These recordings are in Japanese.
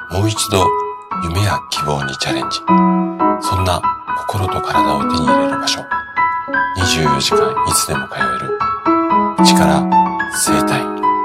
もう一度夢や希望にチャレンジ。そんな心と体を手に入れる場所。24時間いつでも通える力整体。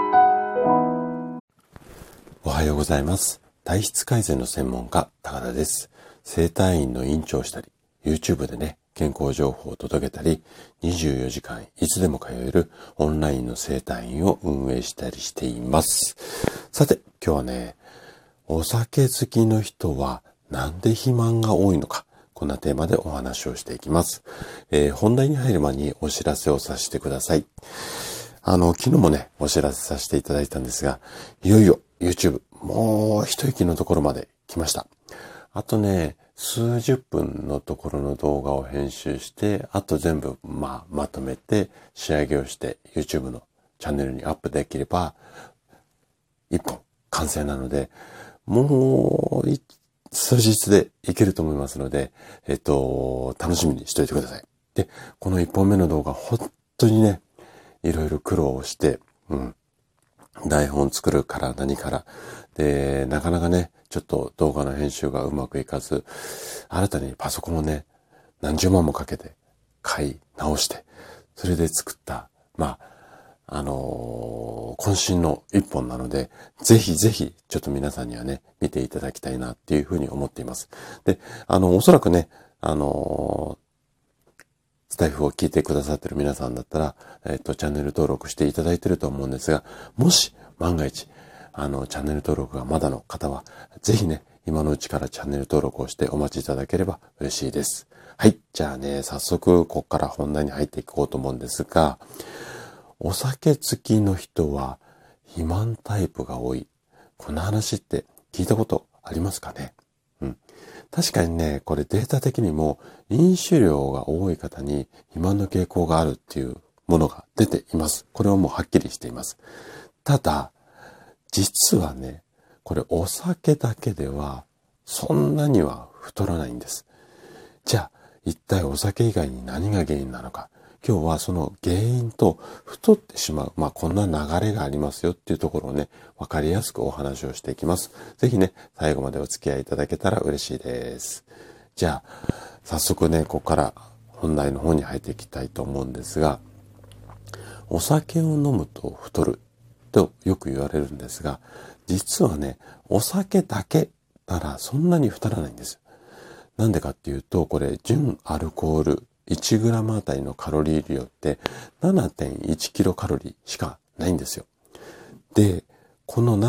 おはようございます。体質改善の専門家高田です。整体院の院長をしたり、 YouTube でね健康情報を届けたり、24時間いつでも通えるオンラインの整体院を運営したりしています。さて今日はね、お酒好きの人はなんで肥満が多いのか、こんなテーマでお話をしていきます。本題に入る前にお知らせをさせてください。昨日もねお知らせさせていただいたんですが、いよいよ YouTube もう一息のところまで来ました。あとね数十分のところの動画を編集して、あと全部まとめて仕上げをして YouTube のチャンネルにアップできれば一本完成なので、もう数日でいけると思いますので、楽しみにしておいてください。で、この一本目の動画本当にねいろいろ苦労をして、台本作るから何からで、なかなかねちょっと動画の編集がうまくいかず、新たにパソコンをね何十万もかけて買い直して、それで作った渾身の一本なので、ぜひぜひちょっと皆さんにはね見ていただきたいなっていうふうに思っています。で、おそらくねスタイフを聞いてくださってる皆さんだったら、チャンネル登録していただいてると思うんですが、もし万が一チャンネル登録がまだの方は、ぜひね今のうちからチャンネル登録をしてお待ちいただければ嬉しいです。はい、じゃあね早速ここから本題に入っていこうと思うんですが、お酒好きの人は肥満タイプが多い。この話って聞いたことありますかね？確かにね、これデータ的にも飲酒量が多い方に肥満の傾向があるっていうものが出ています。これはもうはっきりしています。ただ、実はね、これお酒だけではそんなには太らないんです。じゃあ、一体お酒以外に何が原因なのか。今日はその原因と太ってしまう、こんな流れがありますよっていうところをね、わかりやすくお話をしていきます。ぜひね、最後までお付き合いいただけたら嬉しいです。じゃあ、早速ね、ここから本題の方に入っていきたいと思うんですが、お酒を飲むと太るとよく言われるんですが、実はね、お酒だけならそんなに太らないんです。なんでかっていうと、これ純アルコール1g あたりのカロリー量って 7.1 キロカロリーしかないんですよ。で、この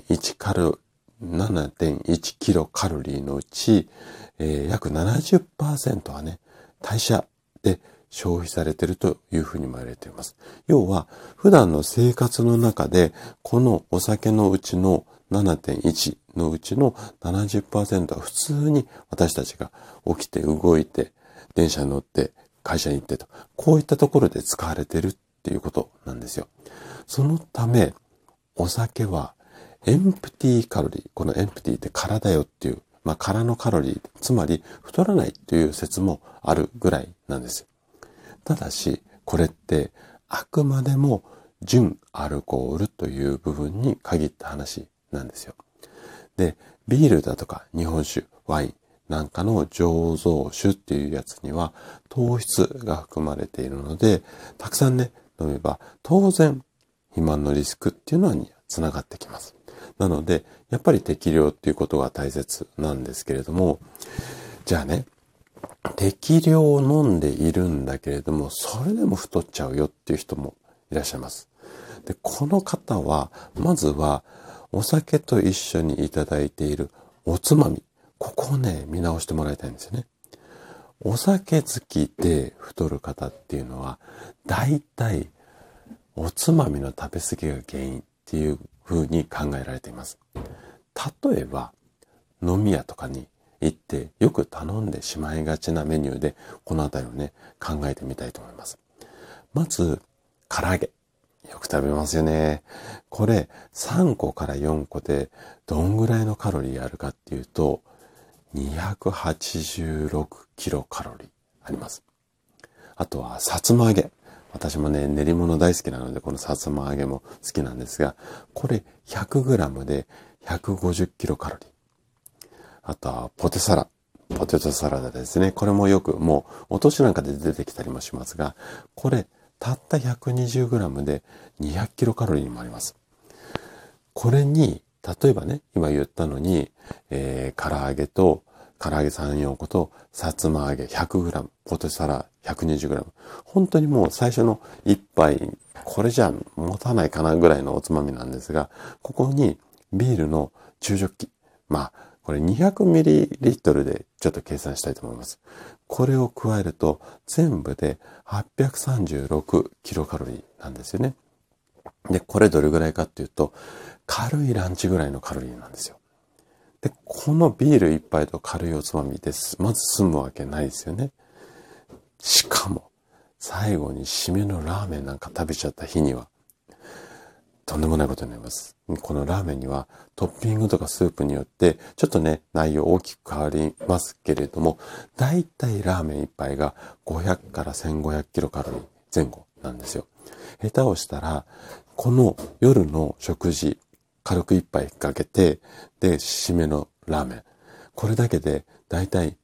7.1 キロカロリーのうち、約 70% はね、代謝で消費されているというふうにも言われています。要は、普段の生活の中で、このお酒のうちの 7.1 のうちの 70% は普通に私たちが起きて動いて、電車に乗って会社に行ってと、こういったところで使われているっていうことなんですよ。そのため、お酒はエンプティカロリー、このエンプティって空だよっていう、空のカロリー、つまり太らないという説もあるぐらいなんですよ。ただし、これってあくまでも純アルコールという部分に限った話なんですよ。で、ビールだとか日本酒、ワインなんかの醸造酒っていうやつには糖質が含まれているので、たくさんね、飲めば当然肥満のリスクっていうのはつながってきます。なので、やっぱり適量っていうことが大切なんですけれども、じゃあね、適量を飲んでいるんだけれども、それでも太っちゃうよっていう人もいらっしゃいます。で、この方は、まずはお酒と一緒にいただいているおつまみ、ここをね、見直してもらいたいんですよね。お酒好きで太る方っていうのは、だいたいおつまみの食べ過ぎが原因っていう風に考えられています。例えば、飲み屋とかに行ってよく頼んでしまいがちなメニューで、このあたりをね、考えてみたいと思います。まず、唐揚げ。よく食べますよね。これ3個から4個でどんぐらいのカロリーあるかっていうと、286キロカロリーあります。あとはさつま揚げ。私もね、練り物大好きなので、このさつま揚げも好きなんですが、これ 100g で150キロカロリー。 あとはポテトサラダですね。これもよくもうお通しなんかで出てきたりもしますが、これたった 120g で200キロカロリーにもあります。これに、例えばね、今言ったのに、唐揚げ3、4個と、さつま揚げ 100g、ポテサラ 120g。本当にもう最初の一杯、これじゃ持たないかなぐらいのおつまみなんですが、ここにビールの中ジョッキ。まあ、これ 200ml でちょっと計算したいと思います。これを加えると全部で836キロカロリーなんですよね。で、これどれぐらいかっていうと、軽いランチぐらいのカロリーなんですよ。で、このビール一杯と軽いおつまみです。まず済むわけないですよね。しかも、最後に締めのラーメンなんか食べちゃった日には、とんでもないことになります。このラーメンにはトッピングとかスープによってちょっとね、内容大きく変わりますけれども、だいたいラーメン一杯が500から1500キロカロリー前後なんですよ。下手をしたら、この夜の食事、軽く一杯かけて、で、締めのラーメン。これだけでだいたい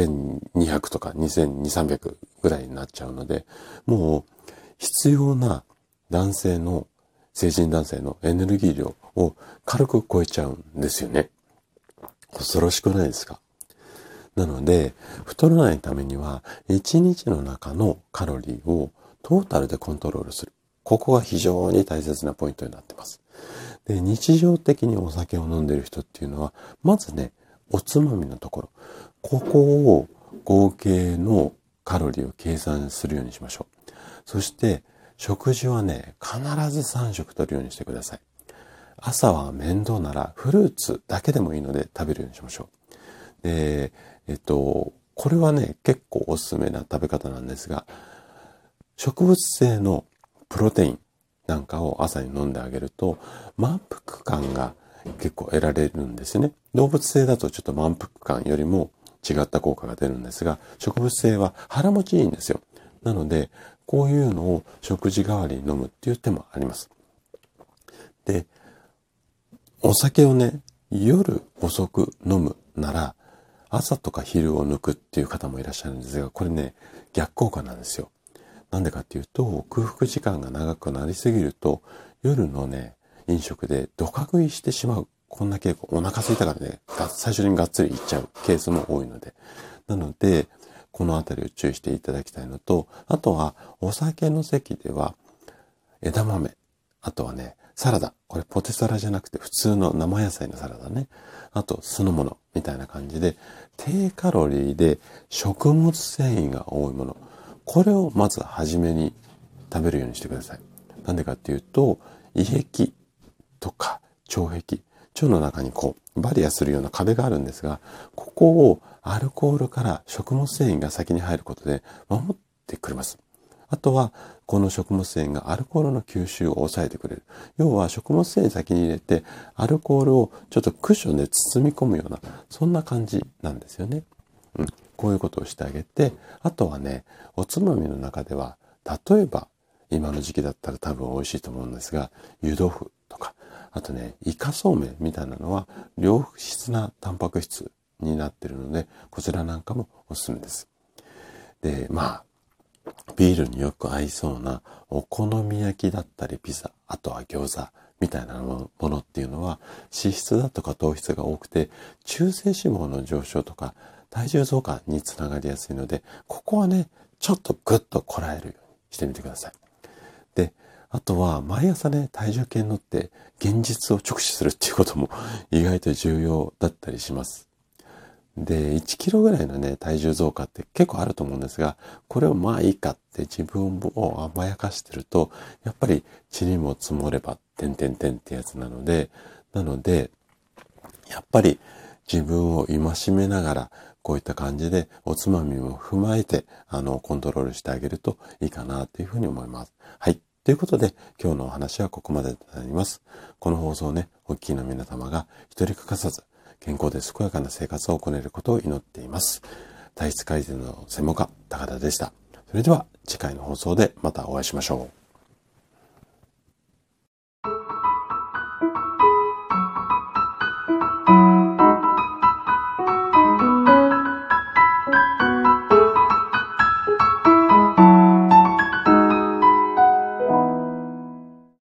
2200とか2200、300ぐらいになっちゃうので、もう必要な成人男性のエネルギー量を軽く超えちゃうんですよね。恐ろしくないですか？なので、太らないためには、1日の中のカロリーをトータルでコントロールする。ここが非常に大切なポイントになっています。で、日常的にお酒を飲んでいる人っていうのは、まずね、おつまみのところ、ここを合計のカロリーを計算するようにしましょう。そして、食事はね、必ず3食取るようにしてください。朝は面倒ならフルーツだけでもいいので食べるようにしましょう。で、これはね、結構おすすめな食べ方なんですが、植物性のプロテインなんかを朝に飲んであげると、満腹感が結構得られるんですよね。動物性だとちょっと満腹感よりも違った効果が出るんですが、植物性は腹持ちいいんですよ。なので、こういうのを食事代わりに飲むっていう手もあります。で、お酒をね、夜遅く飲むなら、朝とか昼を抜くっていう方もいらっしゃるんですが、これね、逆効果なんですよ。なんでかっていうと、空腹時間が長くなりすぎると、夜のね、飲食でドカ食いしてしまう。こんな傾向、お腹空いたからね、最初にがっつりいっちゃうケースも多いので。なので、このあたりを注意していただきたいのと、あとはお酒の席では枝豆、あとはね、サラダ。これポテサラじゃなくて普通の生野菜のサラダね。あと酢の物みたいな感じで、低カロリーで食物繊維が多いもの。これをまず初めに食べるようにしてください。なんでかっていうと、胃壁とか腸壁、腸の中にこうバリアするような壁があるんですが、ここをアルコールから食物繊維が先に入ることで守ってくれます。あとはこの食物繊維がアルコールの吸収を抑えてくれる。要は食物繊維先に入れてアルコールをちょっとクッションで包み込むような、そんな感じなんですよね。こういうことをしてあげて、あとはね、おつまみの中では、例えば今の時期だったら多分美味しいと思うんですが、湯豆腐とか、あとね、イカそうめんみたいなのは良質なタンパク質になっているので、こちらなんかもおすすめです。で、ビールによく合いそうなお好み焼きだったりピザ、あとは餃子みたいなものっていうのは脂質だとか糖質が多くて、中性脂肪の上昇とか体重増加につながりやすいので、ここはね、ちょっとグッとこらえるようにしてみてください。で、あとは毎朝ね、体重計に乗って現実を直視するっていうことも意外と重要だったりします。で、1キロぐらいのね、体重増加って結構あると思うんですが、これをまあいいかって自分を甘やかしてると、やっぱり塵も積もれば、ってやつなので、やっぱり自分を戒めながら、こういった感じでおつまみも踏まえて、コントロールしてあげるといいかなというふうに思います。はい。ということで、今日のお話はここまでとなります。この放送ね、お聞きの皆様が一人欠かさず、健康で健やかな生活を行えることを祈っています。体質改善の専門家、高田でした。それでは次回の放送でまたお会いしましょう。